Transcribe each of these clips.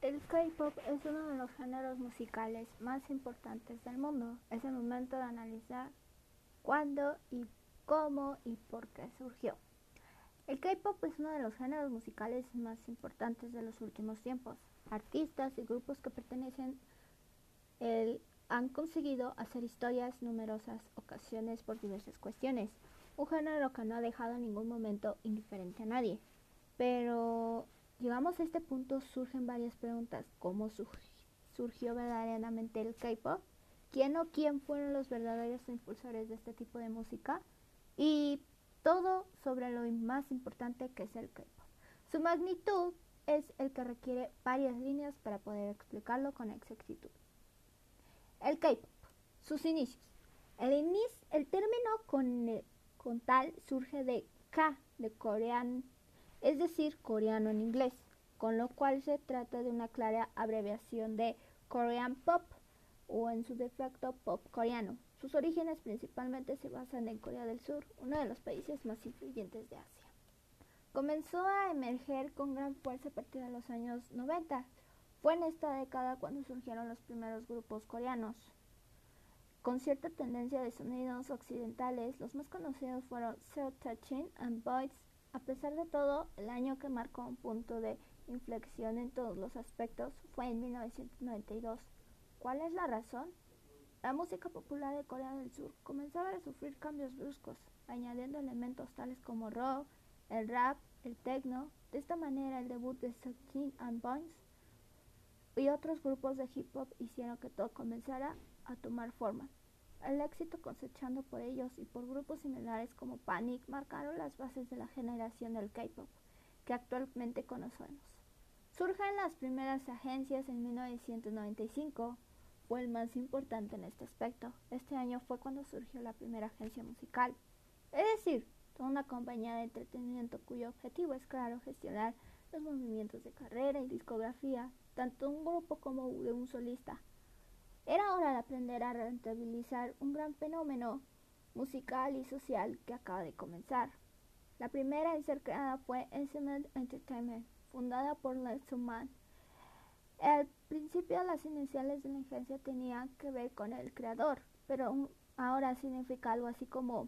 El K-pop es uno de los géneros musicales más importantes del mundo. Es el momento de analizar cuándo y cómo y por qué surgió. El K-pop es uno de los géneros musicales más importantes de los últimos tiempos. Artistas y grupos que pertenecen han conseguido hacer historias en numerosas ocasiones por diversas cuestiones. Un género que no ha dejado en ningún momento indiferente a nadie. Pero llegamos a este punto, surgen varias preguntas. ¿Cómo surgió verdaderamente el K-pop? ¿Quién o quién fueron los verdaderos impulsores de este tipo de música? Y todo sobre lo más importante que es el K-pop. Su magnitud es el que requiere varias líneas para poder explicarlo con exactitud. El K-pop, sus inicios. El término con tal surge de K, de coreano, es decir, coreano en inglés, con lo cual se trata de una clara abreviación de Korean Pop o en su defecto pop coreano. Sus orígenes principalmente se basan en Corea del Sur, uno de los países más influyentes de Asia. Comenzó a emerger con gran fuerza a partir de los años 90. Fue en esta década cuando surgieron los primeros grupos coreanos. Con cierta tendencia de sonidos occidentales, los más conocidos fueron Seotaechin and Boys. A pesar de todo, el año que marcó un punto de inflexión en todos los aspectos fue en 1992. ¿Cuál es la razón? La música popular de Corea del Sur comenzaba a sufrir cambios bruscos, añadiendo elementos tales como rock, el rap, el techno. De esta manera, el debut de Seotaechin and Boys y otros grupos de hip hop hicieron que todo comenzara a tomar forma. El éxito cosechando por ellos y por grupos similares como Panic marcaron las bases de la generación del K-pop que actualmente conocemos. Surgen las primeras agencias en 1995, fue el más importante en este aspecto. Este año fue cuando surgió la primera agencia musical, es decir, toda una compañía de entretenimiento cuyo objetivo es, claro, gestionar los movimientos de carrera y discografía, tanto de un grupo como de un solista. Era hora de aprender a rentabilizar un gran fenómeno musical y social que acaba de comenzar. La primera en ser creada fue SM Entertainment, fundada por Lee Soo-man. Al principio las iniciales de la agencia tenían que ver con el creador, pero ahora significa algo así como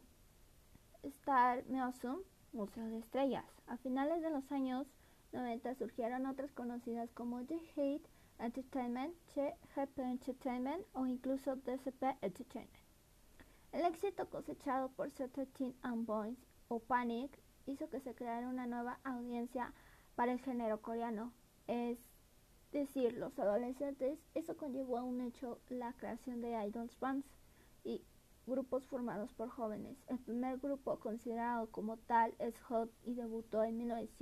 Star Museum, Museo de Estrellas. A finales de los años 90 surgieron otras conocidas como The Hit Entertainment, GP Entertainment o incluso DCP Entertainment. El éxito cosechado por Seotaechin and Boys o Panic hizo que se creara una nueva audiencia para el género coreano, es decir, los adolescentes. Eso conllevó a un hecho, la creación de idols bands y grupos formados por jóvenes. El primer grupo considerado como tal es Hot y debutó en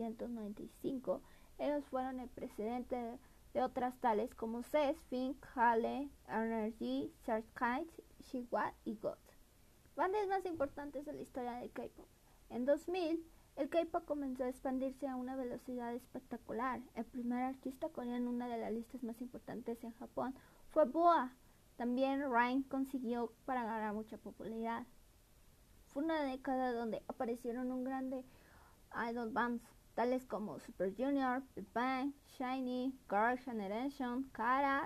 1995. Ellos fueron el precedente de otras tales como Pink, Hale, Energy, Surfkite, Shiwa y God. Bandas más importantes de la historia del K-pop. En 2000, el K-pop comenzó a expandirse a una velocidad espectacular. El primer artista coreano en una de las listas más importantes en Japón fue BoA. También Rain consiguió para ganar mucha popularidad. Fue una década donde aparecieron un grande idol bands tales como Super Junior, Big Bang, SHINee, Girl Generation, Kara,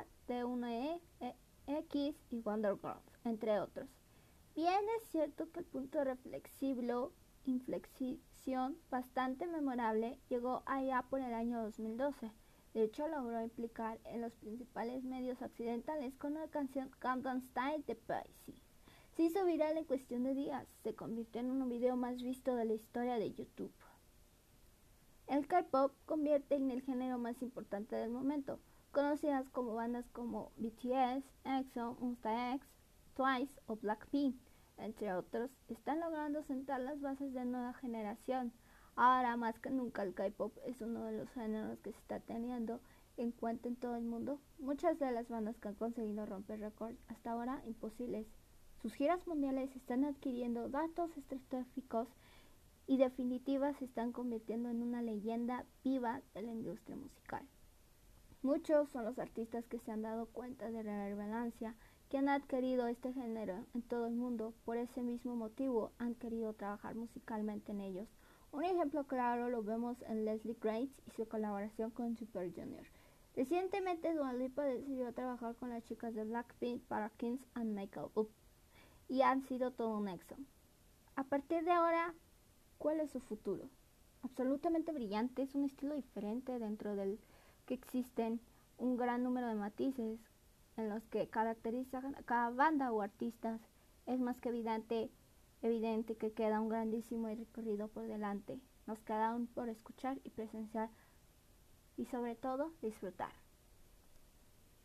T1EX y Wonder Girls, entre otros. Bien es cierto que el punto reflexivo, inflexión bastante memorable, llegó allá por el año 2012. De hecho, logró implicar en los principales medios occidentales con la canción Gangnam Style de Pisces. Se hizo viral en cuestión de días, se convirtió en un video más visto de la historia de YouTube. El K-pop convierte en el género más importante del momento, conocidas como bandas como BTS, EXO, Monsta X, Twice o Blackpink, entre otros, están logrando sentar las bases de nueva generación. Ahora más que nunca el K-pop es uno de los géneros que se está teniendo en cuenta en todo el mundo. Muchas de las bandas que han conseguido romper récords hasta ahora imposibles. Sus giras mundiales están adquiriendo datos estratosféricos y definitivas se están convirtiendo en una leyenda viva de la industria musical. Muchos son los artistas que se han dado cuenta de la relevancia que han adquirido este género en todo el mundo. Por ese mismo motivo han querido trabajar musicalmente en ellos. Un ejemplo claro lo vemos en Leslie Grace y su colaboración con Super Junior. Recientemente Dua Lipa decidió trabajar con las chicas de Blackpink para Kings and Make Up y han sido todo un éxito. A partir de ahora, ¿cuál es su futuro? Absolutamente brillante, es un estilo diferente dentro del que existen un gran número de matices en los que caracterizan a cada banda o artistas. Es más que evidente que queda un grandísimo recorrido por delante. Nos queda aún por escuchar y presenciar y sobre todo disfrutar.